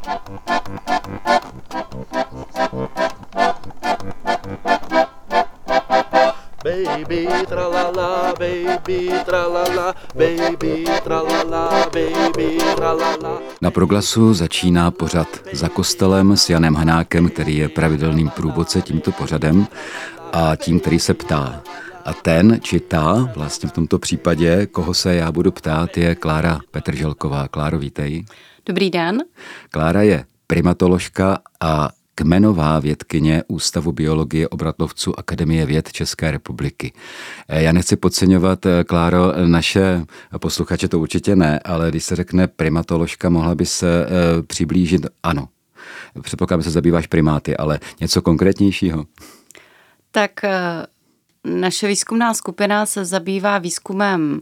Baby tralala, baby tralala, baby tralala, baby tralala. Na Proglasu začíná pořad Za kostelem s Janem Hanákem, který je pravidelným průvodce tímto pořadem a tím, který se ptá. A ten či ta, vlastně v tomto případě, koho se já budu ptát, je Klára Petrželková. Kláro, vítej. Dobrý den. Klára je primatoložka a kmenová vědkyně Ústavu biologie obratlovců Akademie věd České republiky. Já nechci podceňovat, Kláro, naše posluchače to určitě ne, ale když se řekne primatoložka, mohla by se přiblížit, ano, předpokládám, že se zabýváš primáty, ale něco konkrétnějšího? Tak naše výzkumná skupina se zabývá výzkumem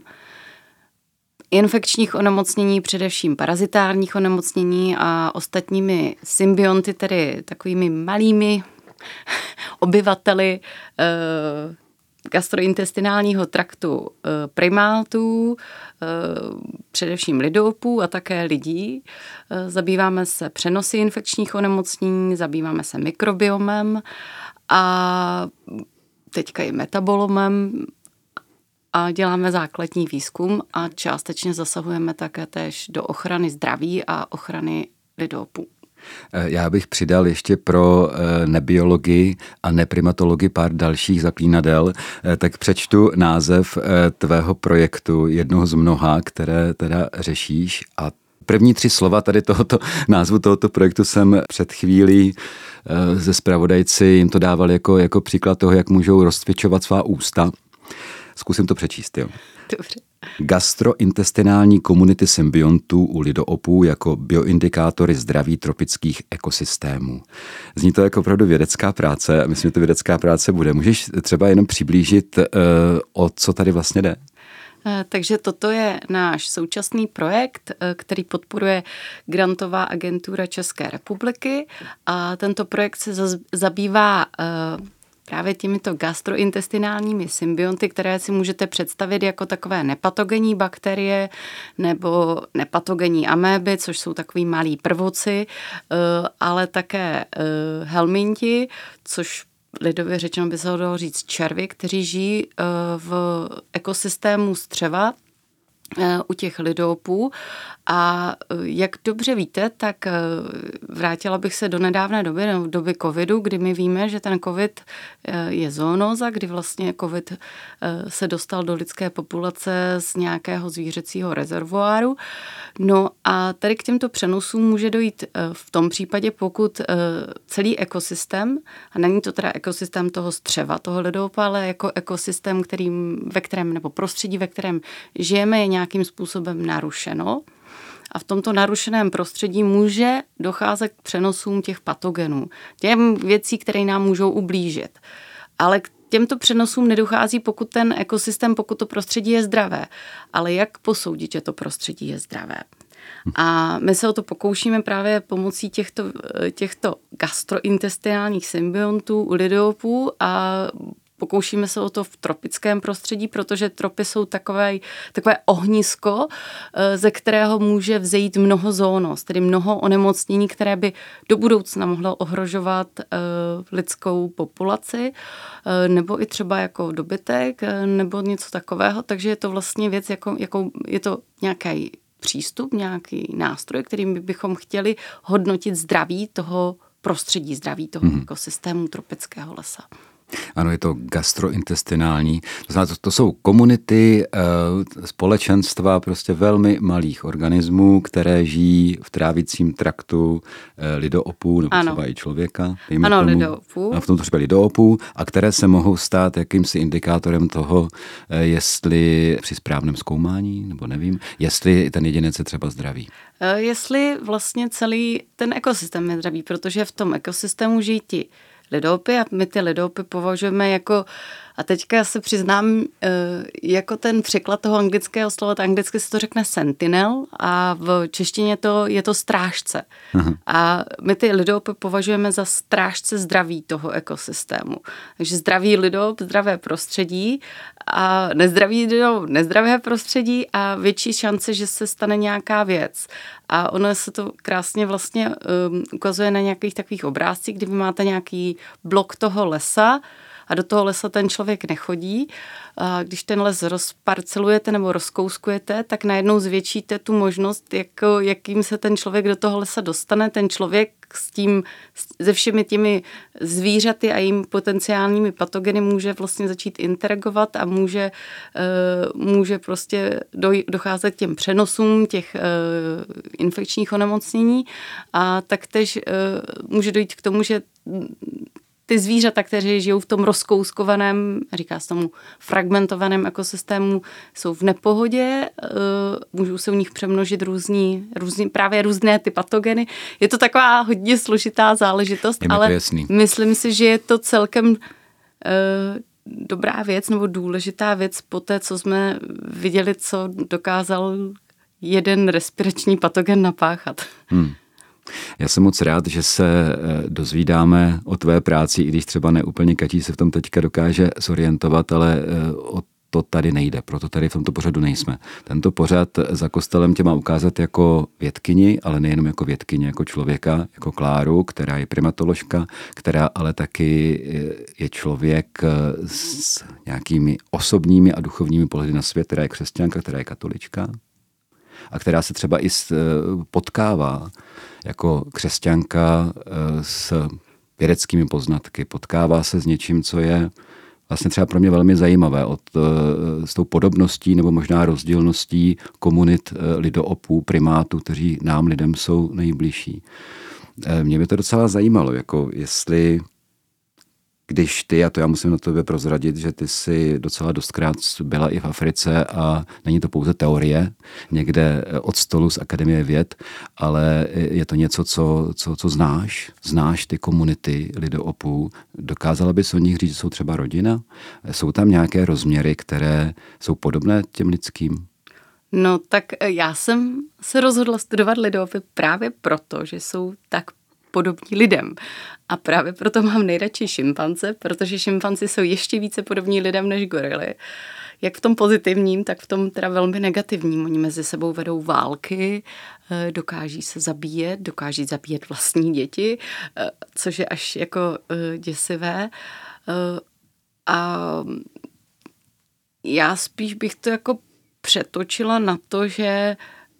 infekčních onemocnění, především parazitárních onemocnění a ostatními symbionty, tedy takovými malými obyvateli gastrointestinálního traktu primátů, především lidoopů a také lidí. Zabýváme se přenosy infekčních onemocnění, zabýváme se mikrobiomem a teďka i metabolomem a děláme základní výzkum a částečně zasahujeme také též do ochrany zdraví a ochrany lidoopů. Já bych přidal ještě pro nebiologii a neprimatologii pár dalších zaklínadel, tak přečtu název tvého projektu, jednoho z mnoha, které teda řešíš, a první 3 slova tady tohoto názvu tohoto projektu jsem před chvílí ze zpravodajci jim to dával jako příklad toho, jak můžou rozcvičovat svá ústa. Zkusím to přečíst, jo. Dobře. Gastrointestinální komunity symbiontů u lidoopů jako bioindikátory zdraví tropických ekosystémů. Zní to jako opravdu vědecká práce a myslím, že to vědecká práce bude. Můžeš třeba jenom přiblížit, o co tady vlastně jde? Takže toto je náš současný projekt, který podporuje Grantová agentura České republiky a tento projekt se zabývá právě těmito gastrointestinálními symbionty, které si můžete představit jako takové nepatogenní bakterie nebo nepatogenní améby, což jsou takový malí prvoci, ale také helminti, což lidově řečeno by se dalo říct červy, kteří žijí v ekosystému střeva u těch lidoopů. A jak dobře víte, tak vrátila bych se do nedávné doby, do doby covidu, kdy my víme, že ten covid je zoonóza, kdy vlastně covid se dostal do lidské populace z nějakého zvířecího rezervoáru. No a tady k těmto přenosům může dojít v tom případě, pokud celý ekosystém, a není to teda ekosystém toho střeva, toho lidoopa, ale jako ekosystém, ve kterém, nebo prostředí, ve kterém žijeme, je nějakým způsobem narušeno. A v tomto narušeném prostředí může docházet k přenosům těch patogenů, těm věcí, které nám můžou ublížit. Ale k těmto přenosům nedochází, pokud ten ekosystém, pokud to prostředí je zdravé. Ale jak posoudit, že to prostředí je zdravé? A my se o to pokoušíme právě pomocí těchto gastrointestinálních symbiontů u lidoopů a pokoušíme se o to v tropickém prostředí, protože tropy jsou takové ohnisko, ze kterého může vzejít mnoho zónos, tedy mnoho onemocnění, které by do budoucna mohlo ohrožovat lidskou populaci, nebo i třeba jako dobytek, nebo něco takového. Takže je to vlastně věc, jako je to nějaký přístup, nějaký nástroj, kterým bychom chtěli hodnotit zdraví toho prostředí, zdraví toho ekosystému tropického lesa. Ano, je to gastrointestinální. To znamená, to jsou komunity, společenstva prostě velmi malých organismů, které žijí v trávicím traktu lidoopů, nebo třeba i člověka. Ano, lidoopů. A v tomto případě lidoopů, a které se mohou stát jakýmsi indikátorem toho, jestli při správném zkoumání, nebo nevím, jestli ten jedinec je třeba zdravý. Jestli vlastně celý ten ekosystém je zdravý, protože v tom ekosystému žijí ti lidoopy a my ty lidoopy považujeme jako A teďka se přiznám, jako ten překlad toho anglického slova, to anglicky se to řekne sentinel a v češtině je to strážce. A my ty lidopy považujeme za strážce zdraví toho ekosystému. Takže zdravý lidop, zdravé prostředí a nezdravý lidop, nezdravé prostředí a větší šance, že se stane nějaká věc. A ono se to krásně vlastně ukazuje na nějakých takových obrázcích, kdy vy máte nějaký blok toho lesa a do toho lesa ten člověk nechodí. A když ten les rozparcelujete nebo rozkouskujete, tak najednou zvětšíte tu možnost, jakým se ten člověk do toho lesa dostane. Ten člověk se všemi těmi zvířaty a jimi potenciálními patogeny může vlastně začít interagovat a může prostě docházet k těm přenosům těch infekčních onemocnění a taktéž může dojít k tomu, že ty zvířata, kteří žijou v tom rozkouskovaném, říká se tomu fragmentovaném ekosystému, jsou v nepohodě, můžou se u nich přemnožit právě různé ty patogeny. Je to taková hodně složitá záležitost, ale myslím si, že je to celkem dobrá věc nebo důležitá věc po té, co jsme viděli, co dokázal jeden respirační patogen napáchat. Já jsem moc rád, že se dozvídáme o tvé práci, i když třeba neúplně Katí se v tom teďka dokáže zorientovat, ale o to tady nejde, proto tady v tomto pořadu nejsme. Tento pořad za Kostelem tě má ukázat jako vědkyni, ale nejenom jako vědkyni, jako člověka, jako Kláru, která je primatoložka, která ale taky je člověk s nějakými osobními a duchovními pohledy na svět, která je křesťanka, která je katolička a která se třeba i potkává jako křesťanka s vědeckými poznatky, potkává se s něčím, co je vlastně třeba pro mě velmi zajímavé, s tou podobností nebo možná rozdílností komunit lidoopů, primátů, kteří nám lidem jsou nejbližší. Mě by to docela zajímalo, jako jestli když ty, a to já musím na tebe prozradit, že ty jsi docela dostkrát byla i v Africe a není to pouze teorie, někde od stolu z Akademie věd, ale je to něco, co znáš ty komunity lidoopů. Dokázala bys o nich říct, že jsou třeba rodina? Jsou tam nějaké rozměry, které jsou podobné těm lidským? No tak já jsem se rozhodla studovat lidoopy právě proto, že jsou tak podobní lidem. A právě proto mám nejradši šimpanze, protože šimpanzi jsou ještě více podobní lidem než gorily. Jak v tom pozitivním, tak v tom teda velmi negativním. Oni mezi sebou vedou války, dokáží se zabíjet, dokáží zabíjet vlastní děti, což je až jako děsivé. A já spíš bych to jako přetočila na to, že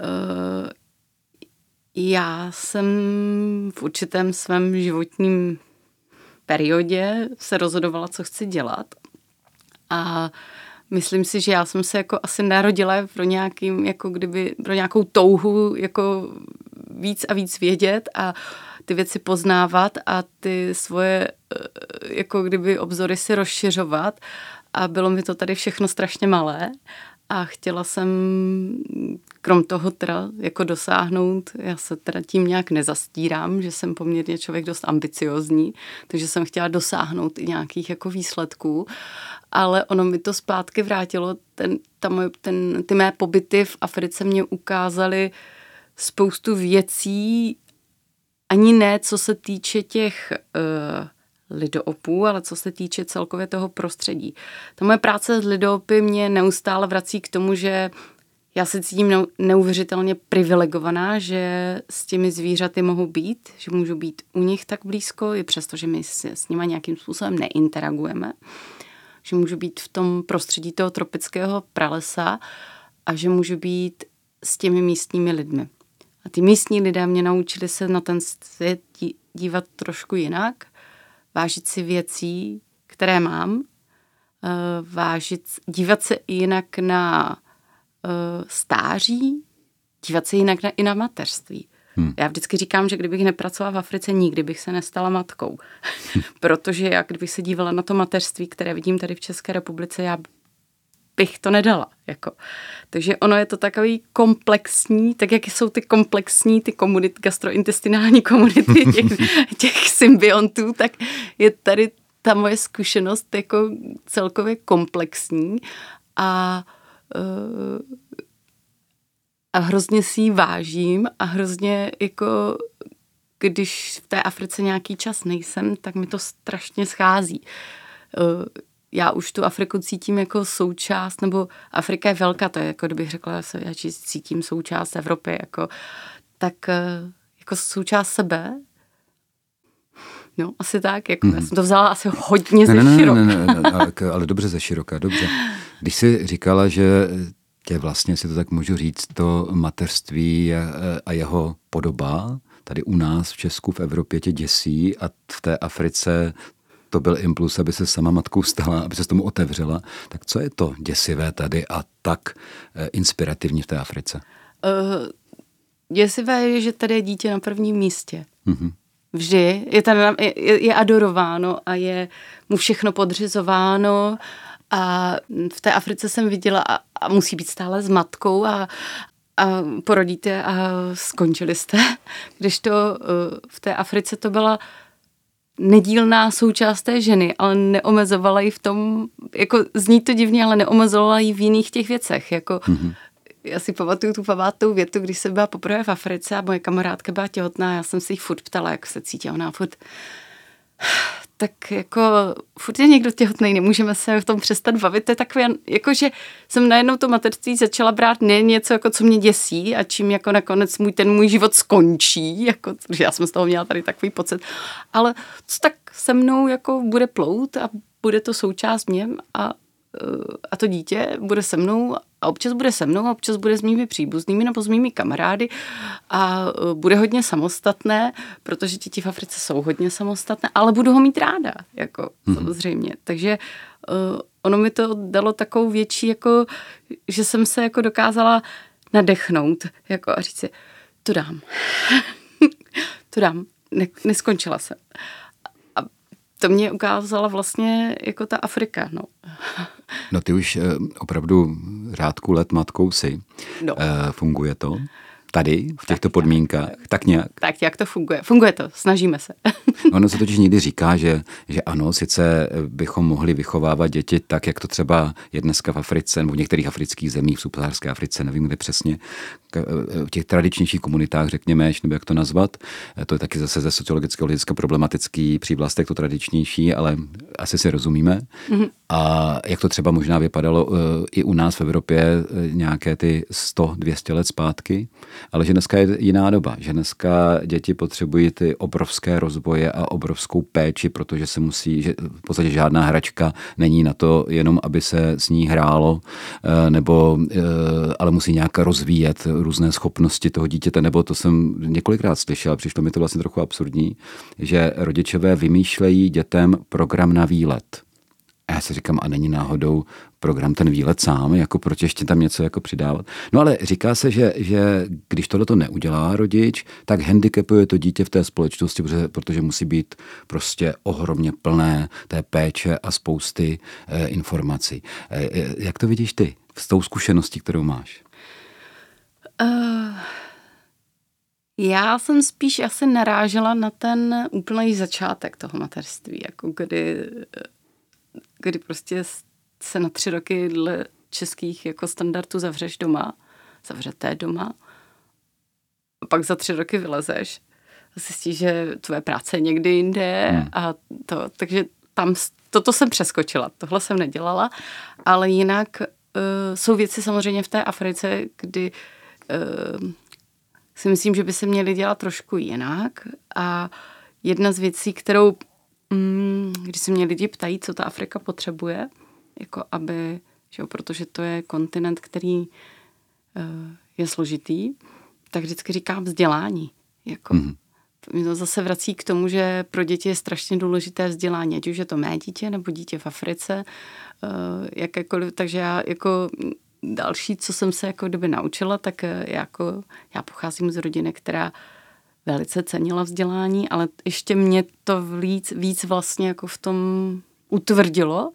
já jsem v určitém svém životním periodě se rozhodovala, co chci dělat. A myslím si, že já jsem se jako asi narodila pro nějakou touhu jako víc a víc vědět a ty věci poznávat a ty svoje jako kdyby obzory si rozšiřovat. A bylo mi to tady všechno strašně malé. A chtěla jsem krom toho teda jako dosáhnout, já se teda tím nějak nezastírám, že jsem poměrně člověk dost ambiciozní, takže jsem chtěla dosáhnout i nějakých jako výsledků, ale ono mi to zpátky vrátilo, ty mé pobyty v Africe mě ukázaly spoustu věcí, ani ne co se týče těch lidoopů, ale co se týče celkově toho prostředí. Ta moje práce s lidoopy mě neustále vrací k tomu, že já se cítím neuvěřitelně privilegovaná, že s těmi zvířaty mohu být, že můžu být u nich tak blízko, i přesto, že my s nimi nějakým způsobem neinteragujeme, že můžu být v tom prostředí toho tropického pralesa a že můžu být s těmi místními lidmi. A ty místní lidé mě naučili se na ten svět dívat trošku jinak, vážit si věcí, které mám, dívat se jinak na stáří, dívat se jinak i na mateřství. Já vždycky říkám, že kdybych nepracovala v Africe, nikdy bych se nestala matkou. Protože já, kdybych se dívala na to mateřství, které vidím tady v České republice, já bych to nedala. Jako. Takže ono je to takový komplexní, tak jak jsou ty komplexní, ty komunity, gastrointestinální komunity těch symbiontů, tak je tady ta moje zkušenost jako celkově komplexní a hrozně si ji vážím a hrozně jako když v té Africe nějaký čas nejsem, tak mi to strašně schází. Já už tu Afriku cítím jako součást, nebo Afrika je velká, to je jako kdybych řekla, já cítím součást Evropy, jako, tak jako součást sebe. No, asi tak, jako já jsem to vzala asi hodně ze široka. Ne, ale dobře ze široka, dobře. Když jsi říkala, že tě vlastně, si to tak můžu říct, to mateřství a jeho podoba tady u nás v Česku, v Evropě tě děsí a v té Africe to byl impuls, aby se sama matkou stala, aby se tomu otevřela. Tak co je to děsivé tady a tak inspirativní v té Africe? Děsivé je, že tady je dítě na prvním místě. Vždy. Je adorováno a je mu všechno podřizováno a v té Africe jsem viděla a musí být stále s matkou a porodíte a skončili jste. Kdežto v té Africe to byla nedílná součást té ženy, ale neomezovala ji v tom, jako zní to divně, ale neomezovala ji v jiných těch věcech, jako já si pamatuju tu památou větu, když jsem byla poprvé v Africe a moje kamarádka byla těhotná, já jsem si jí furt ptala, jak se cítí, ona furt tak jako furt je někdo těhotnej, nemůžeme se v tom přestat bavit, to je takové, jako že jsem najednou to mateřství začala brát ne něco, jako co mě děsí a čím jako nakonec můj život skončí, jako, že já jsem z toho měla tady takový pocit, ale co tak se mnou jako bude plout a bude to součást mě a to dítě bude se mnou a občas bude se mnou a občas bude s mými příbuznými nebo s mými kamarády a bude hodně samostatné, protože děti v Africe jsou hodně samostatné, ale budu ho mít ráda, jako samozřejmě. Takže ono mi to dalo takovou větší, jako, že jsem se jako dokázala nadechnout jako a říct si, to dám. To dám. Neskončila jsem. To mě ukázala vlastně jako ta Afrika, no. No ty už opravdu řádku let matkou jsi. No. Funguje to tady, v těchto podmínkách? Tak nějak? Tak jak to funguje? Funguje to, snažíme se. Ono se totiž někdy říká, že ano, sice bychom mohli vychovávat děti tak, jak to třeba je dneska v Africe, nebo v některých afrických zemích, v subsaharské Africe, nevím kde přesně, v těch tradičnějších komunitách, řekněme, nebo jak to nazvat. To je taky zase ze sociologického hlediska problematický přívlastek, to tradičnější, ale asi si rozumíme. A jak to třeba možná vypadalo i u nás v Evropě nějaké ty 100-200 let zpátky, ale že dneska je jiná doba, že dneska děti potřebují ty obrovské rozvoje a obrovskou péči, protože se musí, že v podstatě žádná hračka není na to jenom, aby se s ní hrálo, nebo, ale musí nějak rozvíjet různé schopnosti toho dítěte, nebo to jsem několikrát slyšel, přišlo mi to vlastně trochu absurdní, že rodičové vymýšlejí dětem program na výlet. A já si říkám, a není náhodou program ten výlet sám, jako proč ještě tam něco jako přidávat. No ale říká se, že když tohleto neudělá rodič, tak handicapuje to dítě v té společnosti, protože musí být prostě ohromně plné té péče a spousty informací. Jak to vidíš ty s tou zkušeností, kterou máš? Já jsem spíš asi narážela na ten úplný začátek toho mateřství, jako kdy prostě se na 3 roky dle českých jako standardů zavřete doma, a pak za 3 roky vylezeš a zjistíš, že tvoje práce je někde jinde a to, takže toto jsem přeskočila, tohle jsem nedělala, ale jinak jsou věci samozřejmě v té Africe, kdy si myslím, že by se měly dělat trošku jinak a jedna z věcí, kterou když se mě lidi ptají, co ta Afrika potřebuje, jako aby, že protože to je kontinent, který je složitý, tak vždycky říkám vzdělání. Jako. Mě to zase vrací k tomu, že pro děti je strašně důležité vzdělání, ať už je to mé dítě nebo dítě v Africe, jakékoliv, takže já jako další, co jsem se jako kdyby naučila, tak já pocházím z rodiny, která velice cenila vzdělání, ale ještě mě to víc vlastně jako v tom utvrdilo.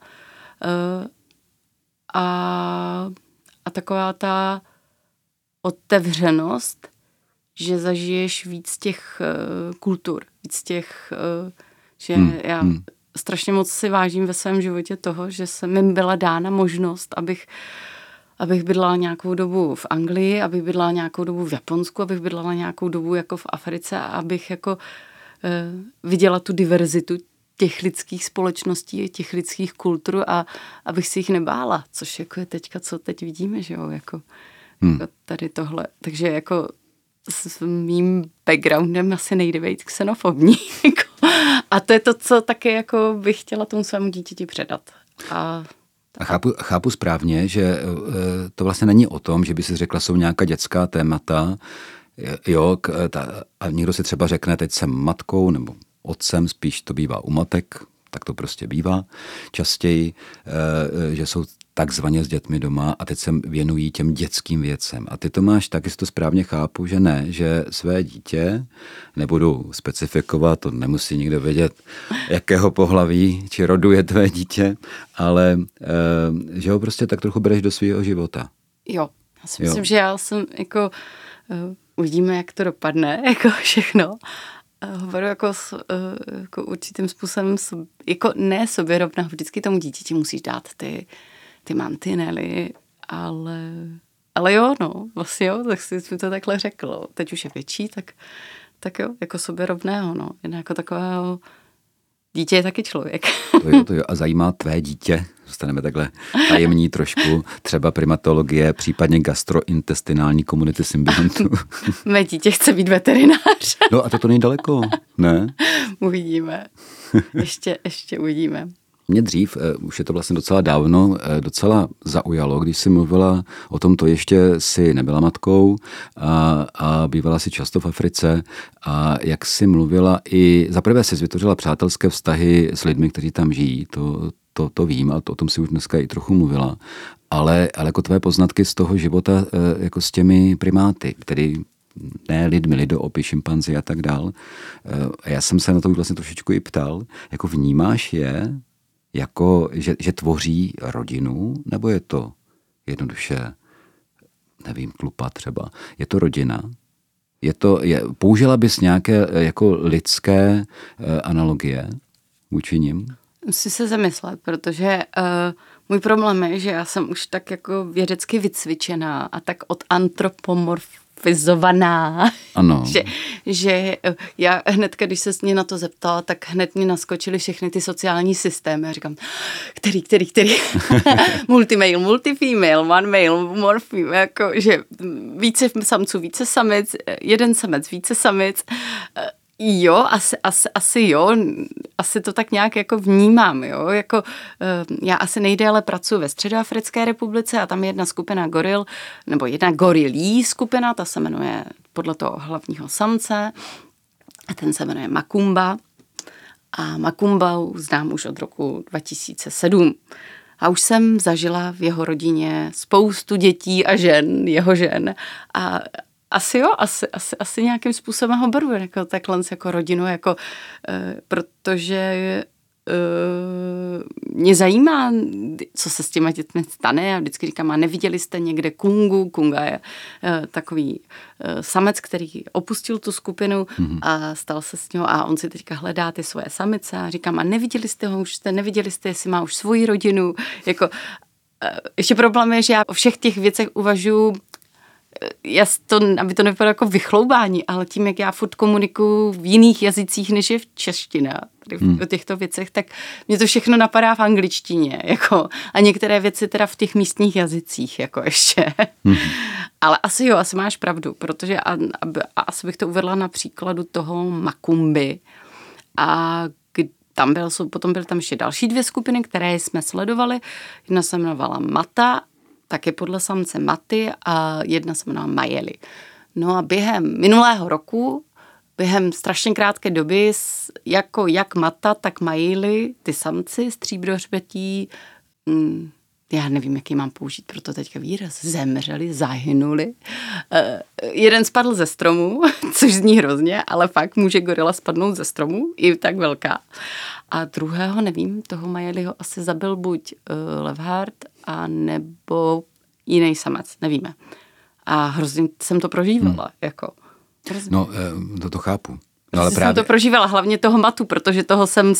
A taková ta otevřenost, že zažiješ víc těch kultur, víc těch, že strašně moc si vážím ve svém životě toho, že se mi byla dána možnost, abych bydlela nějakou dobu v Anglii, abych bydlela nějakou dobu v Japonsku, abych bydlela nějakou dobu jako v Africe a abych jako viděla tu diverzitu těch lidských společností, těch lidských kultur a abych si jich nebála, což jako je teďka, co teď vidíme, že jo, jako tady tohle. Takže jako s mým backgroundem asi nejde být xenofobní. A to je to, co taky jako bych chtěla tomu svému dítěti předat. A chápu správně, že to vlastně není o tom, že by si řekla, jsou nějaká dětská témata, jo, a někdo si třeba řekne, teď jsem matkou nebo otcem, spíš to bývá u matek, tak to prostě bývá častěji, že jsou takzvaně s dětmi doma a teď se věnují těm dětským věcem. A ty to máš tak, jestli to správně chápu, že ne, že své dítě, nebudu specifikovat, to nemusí nikdo vědět, jakého pohlaví či rodu je tvé dítě, ale že ho prostě tak trochu bereš do svého života. Jo, já si myslím, že já jsem jako, uvidíme, jak to dopadne, jako všechno. Hovoru jako určitým způsobem, jako ne sobě rovna, vždycky tomu dítěti musíš dát ty mantinely, ale jo, no, vlastně jo, tak jsi mi to takhle řekl. Teď už je větší, tak jo, jako sobě rovného, no, jen jako takového, dítě je taky člověk. To jo, a zajímá tvé dítě, zůstaneme takhle tajemní trošku, třeba primatologie, případně gastrointestinální komunity symbiontů. Mé dítě chce být veterinář. No a to není daleko, ne? Uvidíme, ještě uvidíme. Mě dřív, už je to vlastně docela dávno, docela zaujalo, když jsi mluvila o tom, to ještě si nebyla matkou a bývala si často v Africe a jak jsi mluvila i, zaprvé jsi vytvořila přátelské vztahy s lidmi, kteří tam žijí, to vím a o tom si už dneska i trochu mluvila, ale jako tvé poznatky z toho života jako s těmi primáty, který ne lidmi, lidoopy, šimpanzi a tak dál. A já jsem se na to vlastně trošičku i ptal, jako vnímáš je jako, že tvoří rodinu, nebo je to jednoduše, nevím, tlupa třeba. Je to rodina? Použila bys nějaké jako lidské analogie vůči nim? Musím se zamyslet, protože můj problém je, že já jsem už tak jako vědecky vycvičená a tak odantropomorfizovaná, ano. že já hned, když se mě na to zeptala, tak hned mě naskočily všechny ty sociální systémy. Já říkám, který? Multimale, multifemale, one male, more female, jako, že více samců, více samic, jeden samec, více samic. Jo, asi jo, asi to tak nějak jako vnímám, jo, jako já asi nejdéle pracuji ve Středoafrické republice a tam je jedna skupina goril, nebo jedna gorilí skupina, ta se jmenuje podle toho hlavního samce a ten se jmenuje Makumba a Makumba znám už od roku 2007 a už jsem zažila v jeho rodině spoustu dětí a žen, jeho žen a asi jo, asi nějakým způsobem ho beru jako takhle jako rodinu, jako, protože mě zajímá, co se s těma dětmi stane. Já vždycky říkám, a neviděli jste někde Kungu? Kunga je takový samec, který opustil tu skupinu a stal se s něho a on si teďka hledá ty svoje samice a říkám, a neviděli jste ho, neviděli jste, jestli má už svoji rodinu. Jako, ještě problém je, že já o všech těch věcech uvažuji, aby to nevypadalo jako vychloubání, ale tím, jak já furt komunikuju v jiných jazycích, než je v čeština, o těchto věcech, tak mě to všechno napadá v angličtině, jako, a některé věci teda v těch místních jazycích, jako ještě. Ale asi máš pravdu, protože asi bych to uvedla na příkladu toho Makumby a potom byly tam ještě další dvě skupiny, které jsme sledovali. Jedna se jmenovala Mata, taky podle samce Maty a jedna se jmenovala Majeli. No a během minulého roku, během strašně krátké doby, jako jak Mata, tak Majeli, ty samci stříbrohřbetí, já nevím, jaký mám použít pro to teďka výraz, zemřeli, zahynuli. Jeden spadl ze stromu, což zní hrozně, ale fakt může gorila spadnout ze stromu, i tak velká. A druhého, nevím, toho Majeliho asi zabil buď levhart, a nebo jiný samec, nevíme. A hrozně jsem to prožívala, jako. Hrozně. No, to chápu. No, ale jsem to prožívala, hlavně toho matu, protože toho jsem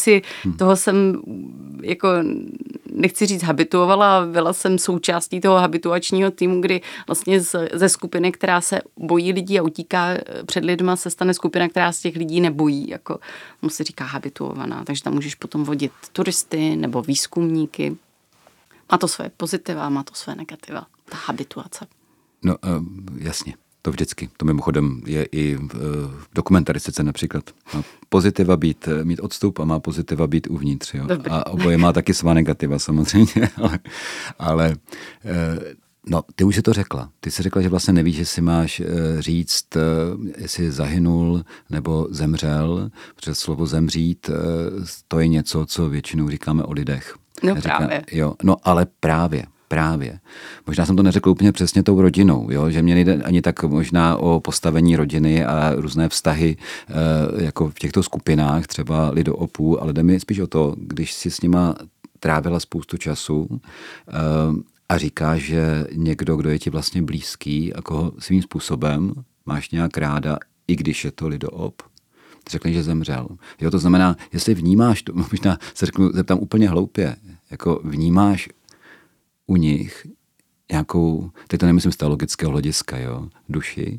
jako nechci říct habituovala, byla jsem součástí toho habituačního týmu, kdy vlastně ze skupiny, která se bojí lidí a utíká před lidma, se stane skupina, která z těch lidí nebojí, jako mu se říká habituovaná, takže tam můžeš potom vodit turisty nebo výzkumníky. Má to své pozitiva, má to své negativa, ta habituace. No, jasně. To vždycky. To mimochodem je i v dokumentaristice například. Má pozitiva mít odstup a má pozitiva být uvnitř. Jo? A oboje má taky svá negativa samozřejmě. Ale no, ty už si to řekla. Ty jsi řekla, že vlastně nevíš, že si máš říct, jestli zahynul nebo zemřel. Protože slovo zemřít, to je něco, co většinou říkáme o lidech. No právě. Jo, no ale právě. Možná jsem to neřekl úplně přesně tou rodinou, jo? Že mě nejde ani tak možná o postavení rodiny a různé vztahy jako v těchto skupinách, třeba lidoopů, ale jde mi spíš o to, když si s nima trávila spoustu času a říkáš, že někdo, kdo je ti vlastně blízký a koho svým způsobem máš nějak ráda, i když je to lidoop, řekli, že zemřel. Jo, to znamená, jestli vnímáš, to možná se zeptám úplně hloupě, jako vnímáš u nich nějakou, teď to nemyslím z teologického hlediska, jo, duši?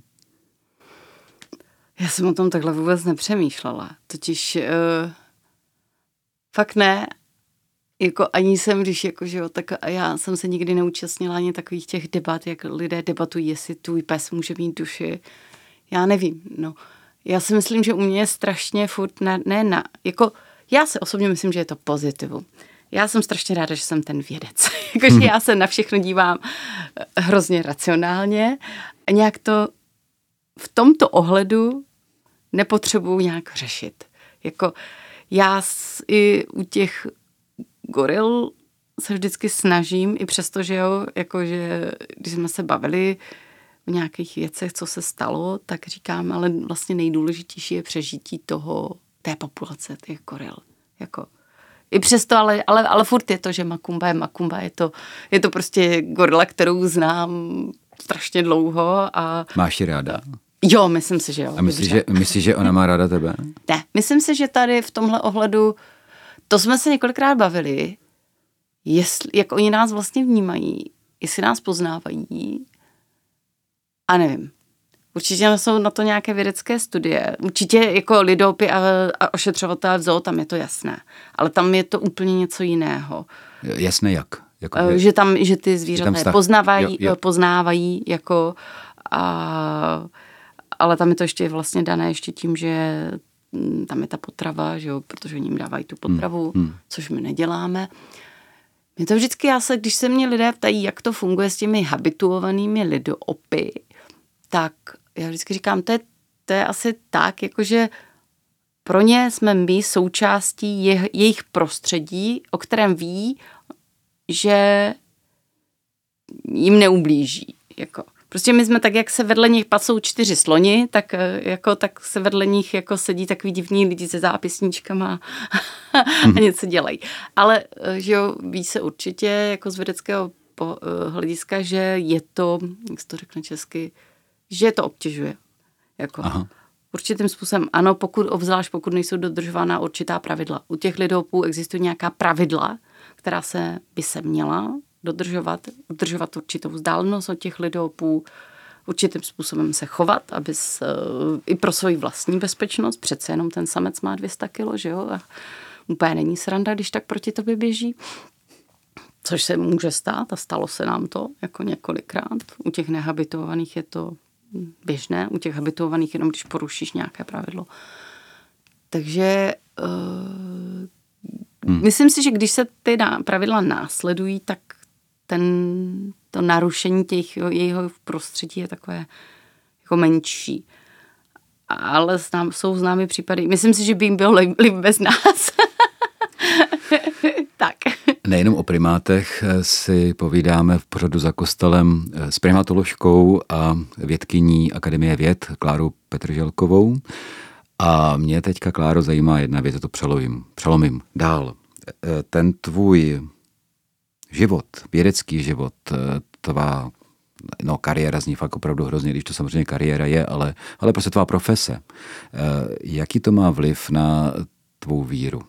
Já jsem o tom takhle vůbec nepřemýšlela. Totiž fakt ne. Jako ani jsem, když jako, že jo, tak já jsem se nikdy neúčastnila ani takových těch debat, jak lidé debatují, jestli tvůj pes může mít duši. Já nevím, no. Já si myslím, že u mě je strašně furt jako já si osobně myslím, že je to pozitivu. Já jsem strašně ráda, že jsem ten vědec. Jakože já se na všechno dívám hrozně racionálně a nějak to v tomto ohledu nepotřebuji nějak řešit. Jako já i u těch goril se vždycky snažím, i přesto, že jo, jakože když jsme se bavili o nějakých věcech, co se stalo, tak říkám, ale vlastně nejdůležitější je přežití té populace, těch goril. Jako i přesto, ale furt je to, že Makumba je Makumba, je to prostě gorila, kterou znám strašně dlouho. A máš ji ráda? Jo, myslím si, že jo. A myslíš, že ona má ráda tebe? Ne, myslím si, že tady v tomhle ohledu, to jsme se několikrát bavili, jak oni nás vlastně vnímají, jestli nás poznávají, a nevím. Určitě jsou na to nějaké vědecké studie. Určitě jako lidopy a ošetřovatelé v zoo, tam je to jasné. Ale tam je to úplně něco jiného. Jasné jak? Jako, že ty zvířata poznávají jako ale tam je to ještě vlastně dané ještě tím, že tam je ta potrava, že jo, protože oni jim dávají tu potravu, což my neděláme. Mě to vždycky, když se mě lidé ptají, jak to funguje s těmi habituovanými lidoopy, tak já vždycky říkám, to je asi tak, jakože pro ně jsme my součástí jejich prostředí, o kterém ví, že jim neublíží. Jako. Prostě my jsme tak, jak se vedle nich pasou 4 sloni, tak se vedle nich jako sedí takový divní lidi se zápisníčkama a něco dělají. Ale že jo, ví se určitě jako z vědeckého hlediska, že je to, jak se to řekne česky, že je to obtěžuje. Jako určitým způsobem, ano, obzvlášť pokud nejsou dodržována určitá pravidla. U těch lidopů existují nějaká pravidla, která by se měla udržovat určitou vzdálenost od těch lidopů, určitým způsobem se chovat, aby i pro svoji vlastní bezpečnost, přece jenom ten samec má 200 kilo, že jo, a úplně není sranda, když tak proti tobě běží. Což se může stát a stalo se nám to jako několikrát. U těch nehabituovaných je to běžné, u těch habituovaných jenom když porušíš nějaké pravidlo. Takže myslím si, že když se ty pravidla následují, tak to narušení jeho prostředí je takové jako menší. Ale jsou známy případy. Myslím si, že by jim bylo líp bez nás. Tak. Nejenom o primátech si povídáme v pořadu Za kostelem s primatoložkou a vědkyní Akademie věd Klárou Petrželkovou. A mě teďka, Kláro, zajímá jedna věc, to přelomím dál. Ten tvůj život, vědecký život, tvá no kariéra zní fakt opravdu hrozně, když to samozřejmě kariéra je, ale prostě tvá profese. Jaký to má vliv na tvou víru?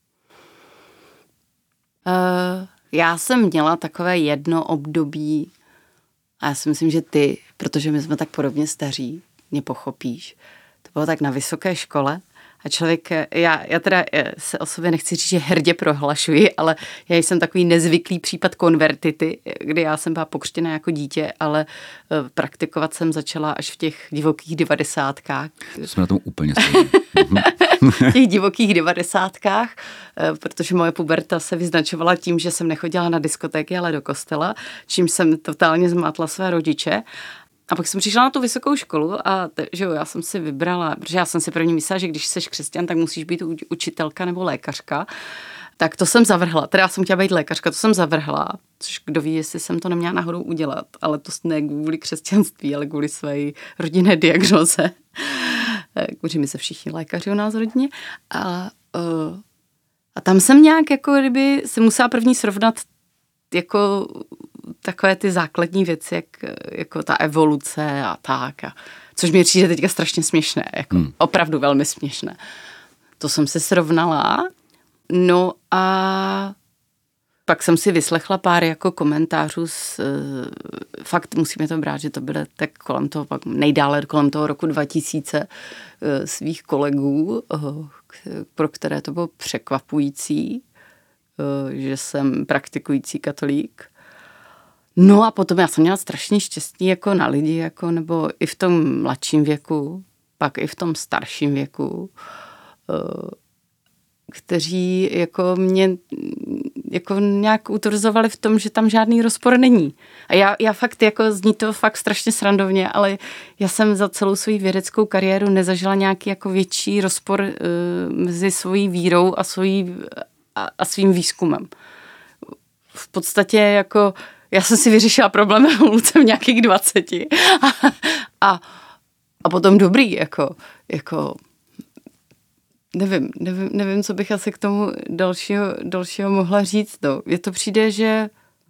Já jsem měla takové jedno období, a já si myslím, že ty, protože my jsme tak podobně staří, mě pochopíš. To bylo tak na vysoké škole a člověk, já teda se o sobě nechci říct, že hrdě prohlašuji, ale já jsem takový nezvyklý případ konvertity, kdy já jsem byla pokřtěna jako dítě, ale praktikovat jsem začala až v těch divokých 90kách. Jsme na tom úplně stejně. V těch divokých 90kách, protože moje puberta se vyznačovala tím, že jsem nechodila na diskotéky, ale do kostela, čím jsem totálně zmátla své rodiče. A pak jsem přišla na tu vysokou školu a že jo, já jsem si vybrala, protože já jsem si první myslela, že když jsi křesťan, tak musíš být učitelka nebo lékařka. Tak to jsem zavrhla. Teda já jsem chtěla být lékařka, to jsem zavrhla, což kdo ví, jestli jsem to neměla náhodou udělat, ale to ne kvůli křesťanství, ale kvůli své rodinné diagnoze. Protože my se všichni lékaři u nás v rodině. A tam jsem nějak jako kdyby se musela první srovnat jako takové ty základní věci, jako ta evoluce a tak. Což mi přijde teďka strašně směšné, jako opravdu velmi směšné. To jsem se srovnala. No a pak jsem si vyslechla pár jako komentářů fakt musíme to brát, že to bylo tak kolem toho, pak nejdále kolem toho roku 2000 svých kolegů, pro které to bylo překvapující, že jsem praktikující katolík. No a potom já jsem měla strašně štěstí jako na lidi, jako, nebo i v tom mladším věku, pak i v tom starším věku, kteří jako mě jako nějak utvrzovali v tom, že tam žádný rozpor není. A já fakt jako zní to fakt strašně srandovně, ale já jsem za celou svou vědeckou kariéru nezažila nějaký jako větší rozpor mezi svojí vírou a svým výzkumem. V podstatě jako já jsem si vyřešila problém evoluce v nějakých 20 a potom dobrý, jako nevím, co bych asi k tomu dalšího mohla říct. No. Je to přijde, že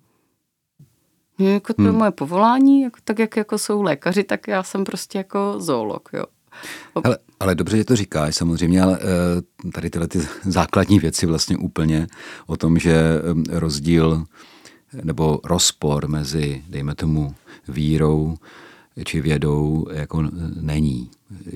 jako to je moje povolání, jako, tak jak jako jsou lékaři, tak já jsem prostě jako zoolog, jo. Ale dobře, že to říkáš samozřejmě, ale tady tyhle ty základní věci vlastně úplně o tom, že rozdíl nebo rozpor mezi, dejme tomu, vírou či vědou jako není.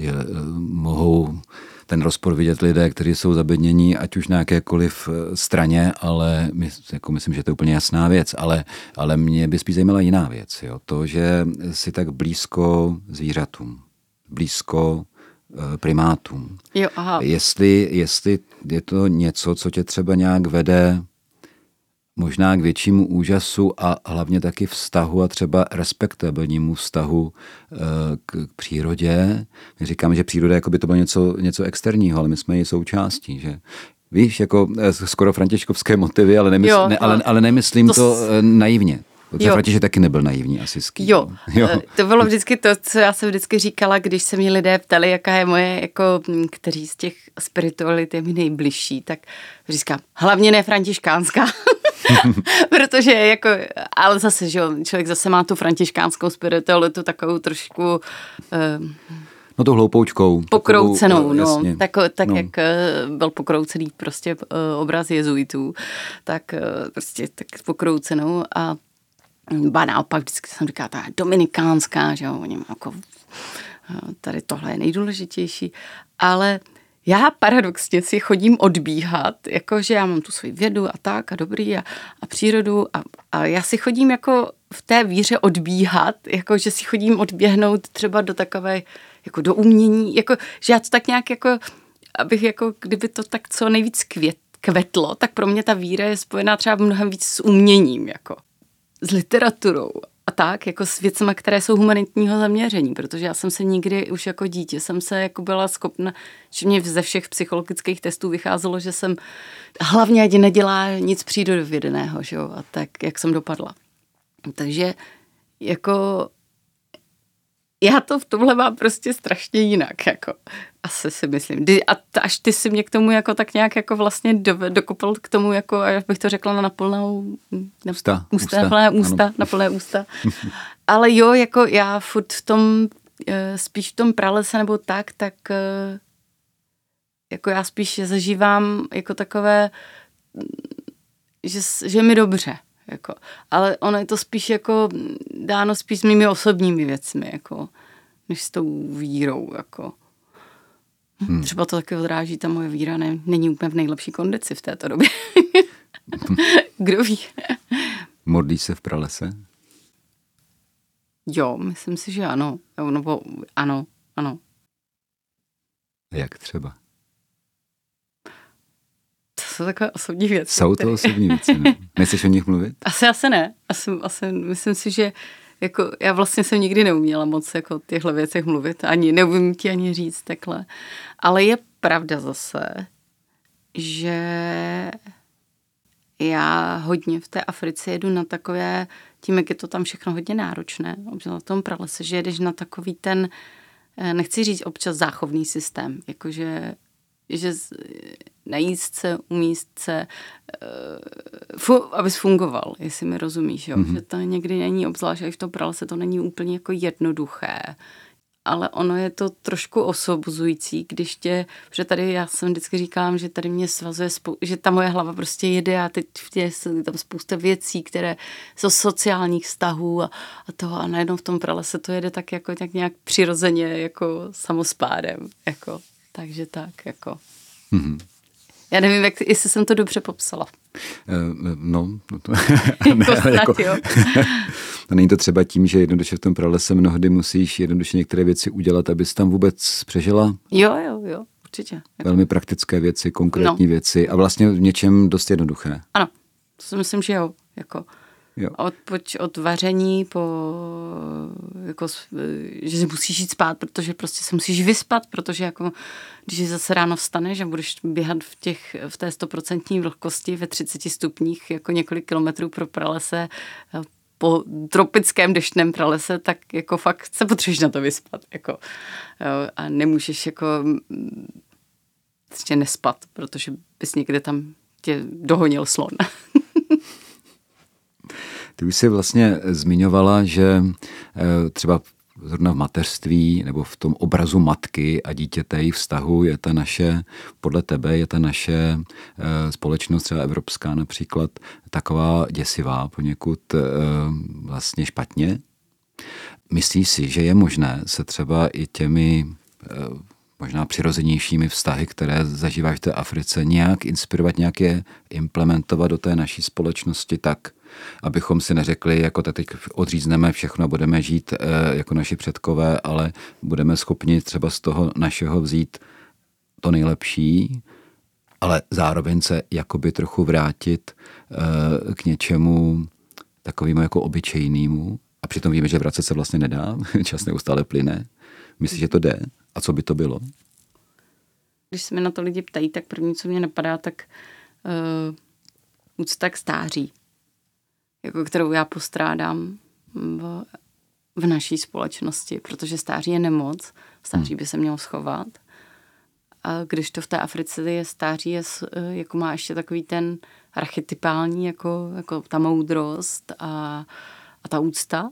Mohou ten rozpor vidět lidé, kteří jsou zabednění, ať už na jakékoliv straně, ale myslím, že to je úplně jasná věc. Ale mě by spíš zajímala jiná věc. Jo? To, že jsi tak blízko zvířatům, blízko primátům. Jo, aha. Jestli je to něco, co tě třeba nějak vede možná k většímu úžasu a hlavně taky vztahu a třeba respektabilnímu vztahu k přírodě. My říkáme, že příroda jako by to bylo něco externího, ale my jsme její součástí, že víš, jako skoro františkovské motivy, ale nemyslím to naivně. František taky nebyl naivní, asijský. Jo, to bylo vždycky to, co já jsem vždycky říkala, když se mě lidé ptali, jaká je moje, jako, kteří z těch spiritualit je mi nejbližší, tak říkám, hlavně ne františkánská. Protože jako, ale zase, že člověk zase má tu františkánskou spiritualitu takovou trošku no tou hloupoučkou. Pokroucenou, tak jak byl pokroucený prostě obraz jezuitů, tak prostě tak pokroucenou a naopak vždycky jsem říkala, ta dominikánská, že jo, oni jako tady tohle je nejdůležitější, ale já paradoxně si chodím odbíhat, jakože já mám tu svoji vědu a tak a dobrý a přírodu a já si chodím jako v té víře odbíhat, jakože si chodím odběhnout třeba do takové, jako do umění, jako, že já to tak nějak jako, abych jako, kdyby to tak co nejvíc kvetlo, tak pro mě ta víra je spojená třeba mnohem víc s uměním, jako s literaturou a tak, jako s věcmi, které jsou humanitního zaměření, protože já jsem se nikdy už jako dítě jsem se jako byla schopna, že mě ze všech psychologických testů vycházelo, že jsem hlavně ať nedělá nic přírodovědného, že jo, a tak, jak jsem dopadla. Takže jako Já to v tomhle mám prostě strašně jinak, jako asi si myslím. Až ty si mě k tomu jako tak nějak jako vlastně dokopal k tomu, jako, jak bych to řekla, na plnou na plné ústa. Ale jo, jako já furt v tom, spíš v tom pralese nebo tak jako já spíš zažívám jako takové, že je mi dobře. Jako. Ale ono je to spíš jako dáno spíš s mými osobními věcmi, jako, než s tou vírou. Jako. Třeba to taky odráží, ta moje víra není úplně v nejlepší kondici v této době. Kdo ví? Modlí se v pralese? Jo, myslím si, že ano. Nebo ano. Jak třeba? To jsou takové osobní věci. Jsou to osobní věci, ne? Nechceš o nich mluvit? Asi ne. Asi myslím si, že jako, já vlastně jsem nikdy neuměla moc jako o těchto věcech mluvit. Neumím ti ani říct takhle. Ale je pravda zase, že já hodně v té Africe jedu na takové, tím, jak je to tam všechno hodně náročné, obzvlášť v tom pralese, že jedeš na takový ten, nechci říct občas záchovný systém, jakože že najíst se, umíst se, abys fungoval, jestli mi rozumíš, jo? Že to někdy není, obzvlášť i v tom pralese, to není úplně jako jednoduché, ale ono je to trošku osobozující, když protože tady já jsem vždycky říkám, že tady mě svazuje, že ta moje hlava prostě jede a teď je tam spousta věcí, které jsou sociálních vztahů a toho a najednou v tom pralese to jede tak jako nějak přirozeně jako samospádem, jako. Takže tak, jako. Já nevím, jestli jsem to dobře popsala. Není to třeba tím, že jednoduše v tom pralese mnohdy musíš jednoduše některé věci udělat, abys tam vůbec přežila? Jo, určitě. Jako. Velmi praktické věci, konkrétní věci a vlastně v něčem dost jednoduché. Ano, to si myslím, že jo. Jako. Jo. Od vaření jako, že musíš jít spát, protože prostě se musíš vyspat, protože jako, když zase ráno vstaneš a budeš běhat v té 100% vlhkosti ve 30 stupních jako několik kilometrů pro pralese po tropickém deštném pralese, tak jako fakt se potřebuješ na to vyspat. Jako, jo, a nemůžeš jako ještě nespat, protože bys někde tam tě dohonil slon. Ty už jsi vlastně zmiňovala, že třeba zrovna v mateřství nebo v tom obrazu matky a dítěte jejich vztahu je ta naše, podle tebe je ta naše společnost, třeba evropská například, taková děsivá, poněkud vlastně špatně. Myslíš si, že je možné se třeba i těmi možná přirozenějšími vztahy, které zažíváš v té Africe, nějak inspirovat, nějak je implementovat do té naší společnosti tak, abychom si neřekli, jako teď odřízneme všechno a budeme žít jako naši předkové, ale budeme schopni třeba z toho našeho vzít to nejlepší, ale zároveň se jakoby trochu vrátit k něčemu takovému jako obyčejnému. A přitom víme, že vracet se vlastně nedá, čas neustále plyne. Myslíš, že to jde? A co by to bylo? Když se mi na to lidi ptají, tak první, co mě napadá, tak úcta k stáří, jako kterou já postrádám v naší společnosti, protože stáří je nemoc, stáří by se mělo schovat. A když to v té Africe je stáří, jako má ještě takový ten archetypální, jako ta moudrost a ta úcta.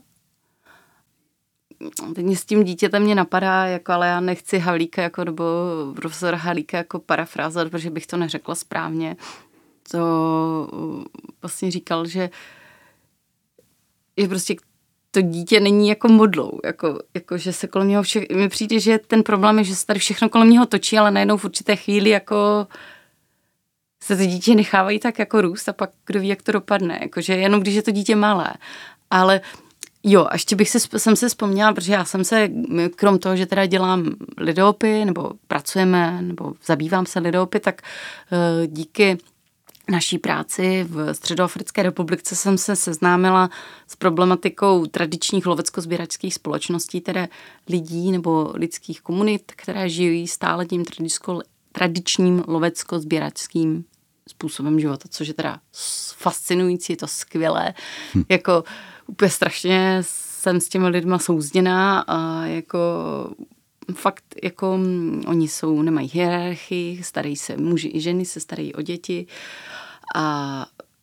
Teď mě s tím dítětem mě napadá, jako, ale já nechci Havlíka jako, nebo profesora Havlíka jako parafrázovat, protože bych to neřekla správně. To vlastně říkal, že prostě to dítě není jako modlou, jako že se kolem něho mi přijde, že ten problém je, že se tady všechno kolem něho točí, ale najednou v určité chvíli jako se to dítě nechávají tak jako růst a pak kdo ví, jak to dopadne, jakože jenom když je to dítě malé, ale jo, a ještě jsem se vzpomněla, protože já jsem se, krom toho, že teda dělám lidopy, nebo pracujeme, nebo zabývám se lidopy, tak díky naší práci v Středoafrické republice jsem se seznámila s problematikou tradičních lovecko-sběračských společností, tedy lidí nebo lidských komunit, které žijí stále tím tradičním lovecko-sběračským způsobem života, což je teda fascinující, je to skvělé, jako úplně strašně jsem s těmi lidma souzněná a jako fakt, jako oni nemají hierarchii, starají se muži i ženy, se starají o děti a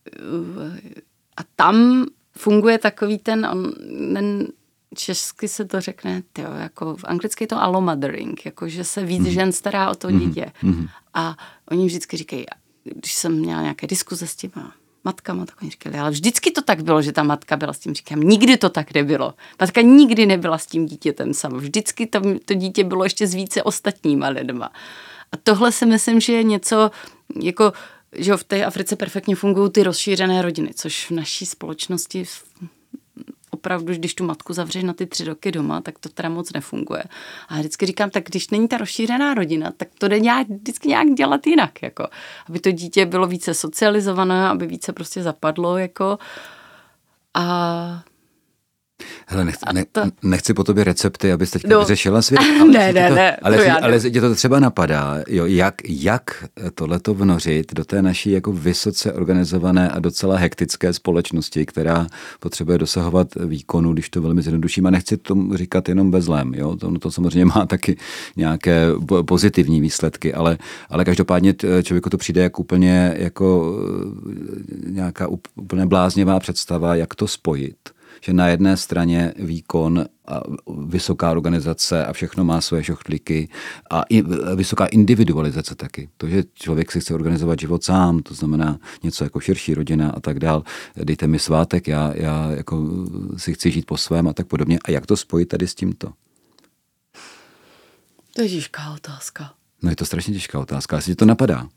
tam funguje takový ten česky se to řekne, jako v anglicky je to allomothering, jako že se víc žen stará o to dítě. A oni vždycky říkají, když jsem měla nějaké diskuze s těma matkama, tak oni říkali, ale vždycky to tak bylo, že ta matka byla s tím, říkám, nikdy to tak nebylo. Matka nikdy nebyla s tím dítětem sama. Vždycky to dítě bylo ještě s více ostatníma lidma. A tohle si myslím, že je něco, jako, že v té Africe perfektně fungují ty rozšířené rodiny, což v naší společnosti opravdu, když tu matku zavřeš na ty 3 roky doma, tak to teda moc nefunguje. A vždycky říkám, tak když není ta rozšířená rodina, tak to jde vždycky nějak dělat jinak, jako. Aby to dítě bylo více socializované, aby více prostě zapadlo, jako. A Hele, nechci po tobě recepty, abys teď vyřešila svět, ale tě to třeba napadá, jo, jak tohleto vnořit do té naší jako vysoce organizované a docela hektické společnosti, která potřebuje dosahovat výkonu, když to velmi zjednoduším, a nechci tomu říkat jenom ve zlém, jo, to samozřejmě má taky nějaké pozitivní výsledky, ale každopádně člověku to přijde jako úplně jako nějaká úplně bláznivá představa, jak to spojit. Že na jedné straně výkon a vysoká organizace a všechno má své šochtliky a vysoká individualizace taky. To, že člověk si chce organizovat život sám, to znamená něco jako širší rodina a tak dál. Dejte mi svátek, já jako si chci žít po svém a tak podobně. A jak to spojit tady s tímto? To je těžká otázka. No je to strašně těžká otázka. Jestli ti to napadá?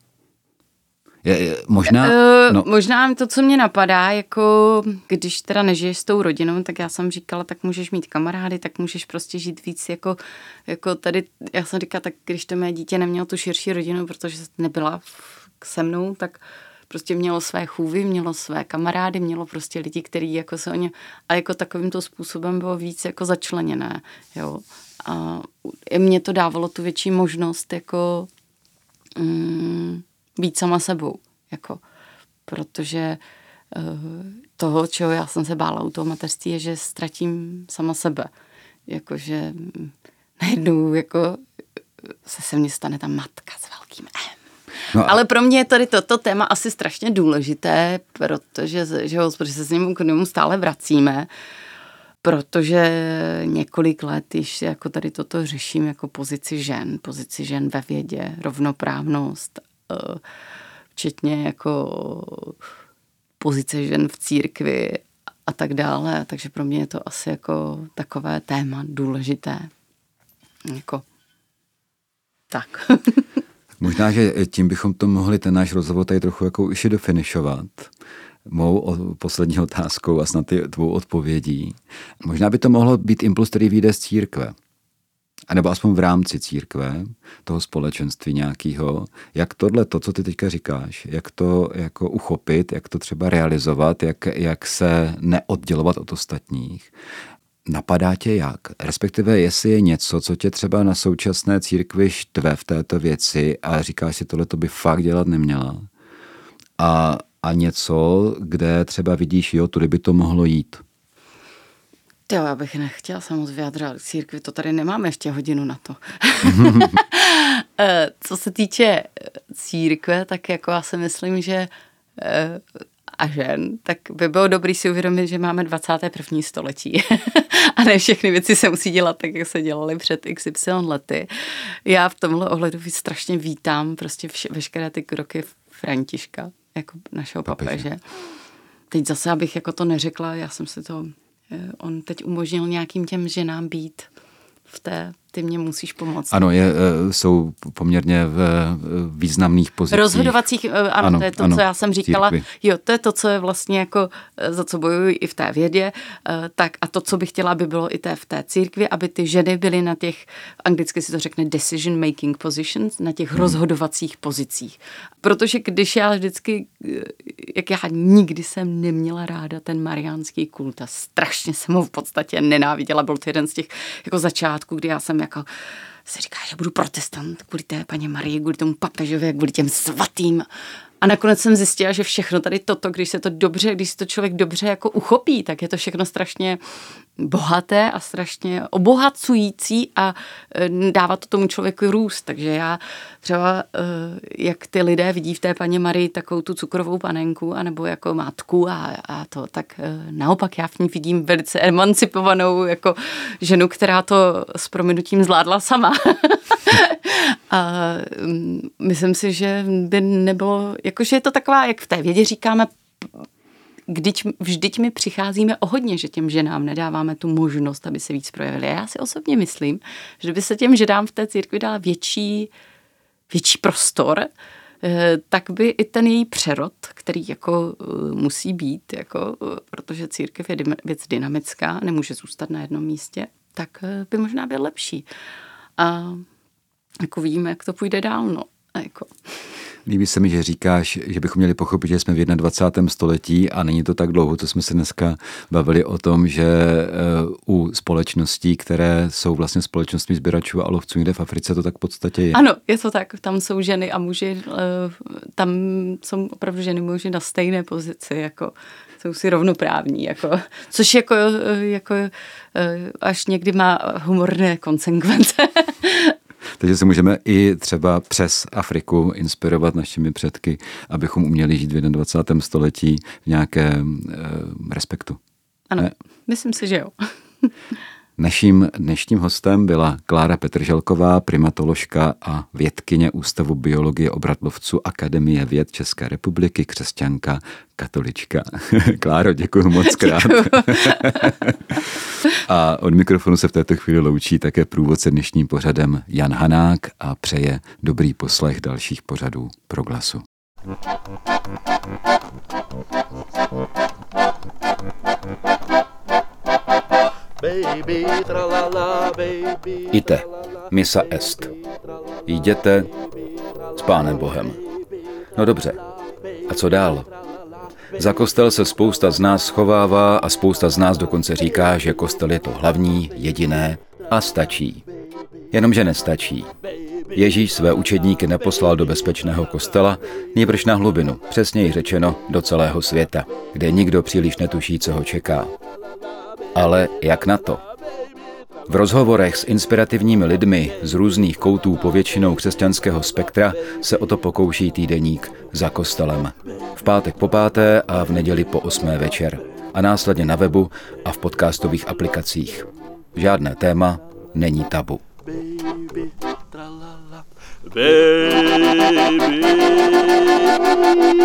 Možná to, co mě napadá, jako když teda nežiješ s tou rodinou, tak já jsem říkala, tak můžeš mít kamarády, tak můžeš prostě žít víc jako tady, já jsem říkala, tak když to mé dítě nemělo tu širší rodinu, protože nebyla se mnou, tak prostě mělo své chůvy, mělo své kamarády, mělo prostě lidi, kteří jako se o ně, a jako takovýmto způsobem bylo víc jako začleněné, jo. A mě to dávalo tu větší možnost jako být sama sebou, jako, protože toho, čeho já jsem se bála u toho mateřství, je, že ztratím sama sebe. Jakože najednou jako se mně stane ta matka s velkým M. No ale pro mě je tady toto téma asi strašně důležité, protože se s ním stále vracíme, protože několik let již jako tady toto řeším jako pozici žen ve vědě, rovnoprávnost, včetně jako pozice žen v církvi a tak dále. Takže pro mě je to asi jako takové téma důležité. Jako tak. Možná, že tím bychom to mohli ten náš rozhovor tady trochu jako už dofinišovat. Mou poslední otázkou a snad tvou odpovědí. Možná by to mohlo být impuls, který vyjde z církve. A nebo aspoň v rámci církve, toho společenství nějakého, jak tohle, to, co ty teďka říkáš, jak to jako uchopit, jak to třeba realizovat, jak se neoddělovat od ostatních. Napadá tě jak? Respektive jestli je něco, co tě třeba na současné církvi štve v této věci a říkáš si, tohle to by fakt dělat neměla. A něco, kde třeba vidíš, jo, tudy by to mohlo jít. Já bych nechtěla se moc vyjadřovat k církvi, to tady nemáme ještě hodinu na to. Co se týče církve, tak jako já si myslím, že a žen, tak by bylo dobrý si uvědomit, že máme 21. století a ne všechny věci se musí dělat tak, jak se dělaly před XY lety. Já v tomhle ohledu strašně vítám prostě veškeré ty kroky Františka, jako našeho papeže. Teď zase, abych jako to neřekla, já jsem si to, on teď umožnil nějakým těm ženám být v té, ty mě musíš pomoct. Ano, jsou poměrně v významných pozicích. Rozhodovacích, ano, to je to, co já jsem říkala. Církvi. Jo, to je to, co je vlastně jako, za co bojuji i v té vědě, tak a to, co bych chtěla, aby bylo i v té církvi, aby ty ženy byly na těch, anglicky si to řekne decision making positions, na těch rozhodovacích pozicích. Protože když já vždycky, jak já nikdy jsem neměla ráda ten mariánský kult a strašně jsem ho v podstatě nenáviděla, byl to jeden z těch jako začátků, kdy já jsem jako se říká, že budu protestant kvůli té paně Marii, kvůli tomu papežovi, kvůli těm svatým. A nakonec jsem zjistila, že všechno tady toto, když se to člověk dobře jako uchopí, tak je to všechno strašně bohaté a strašně obohacující a dává to tomu člověku růst. Takže já třeba, jak ty lidé vidí v té paní Marii takovou tu cukrovou panenku anebo jako matku a to, tak naopak já v ní vidím velice emancipovanou jako ženu, která to s prominutím zvládla sama. A myslím si, že by nebylo, jakože je to taková, jak v té vědě říkáme, vždyť my přicházíme o hodně, že těm ženám nedáváme tu možnost, aby se víc projevily. A já si osobně myslím, že by se těm ženám v té církvi dal větší prostor, tak by i ten její přerod, který jako musí být, jako, protože církev je věc dynamická, nemůže zůstat na jednom místě, tak by možná byl lepší. A jako víme, jak to půjde dál, no. Jako. Líbí se mi, že říkáš, že bychom měli pochopit, že jsme v 21. století a není to tak dlouho, co jsme se dneska bavili o tom, že u společností, které jsou vlastně společnostmi sběračů a lovců někde v Africe, to tak v podstatě je. Ano, je to tak. Tam jsou ženy a muži, tam jsou opravdu ženy muži na stejné pozici, jako jsou si rovnoprávní, jako, což jako až někdy má humorné konsekvence. Takže se můžeme i třeba přes Afriku inspirovat našimi předky, abychom uměli žít v 21. století v nějakém respektu. Ano, myslím si, že jo. Naším dnešním hostem byla Klára Petrželková, primatoložka a vědkyně Ústavu biologie obratlovců Akademie věd České republiky, křesťanka, katolička. Kláro, děkuji moc krát. A od mikrofonu se v této chvíli loučí také průvodce dnešním pořadem Jan Hanák a přeje dobrý poslech dalších pořadů Proglasu. Baby, tralala, baby, Ite, missa est. Jděte s Pánem Bohem. No dobře, a co dál? Za kostel se spousta z nás schovává a spousta z nás dokonce říká, že kostel je to hlavní, jediné a stačí. Jenomže nestačí. Ježíš své učedníky neposlal do bezpečného kostela, nýbrž na hlubinu, přesněji řečeno do celého světa, kde nikdo příliš netuší, co ho čeká. Ale jak na to? V rozhovorech s inspirativními lidmi z různých koutů povětšinou křesťanského spektra se o to pokouší týdeník Za kostelem. V pátek po 5. a v neděli po 8. večer. A následně na webu a v podcastových aplikacích. Žádné téma není tabu. baby, tralala, baby.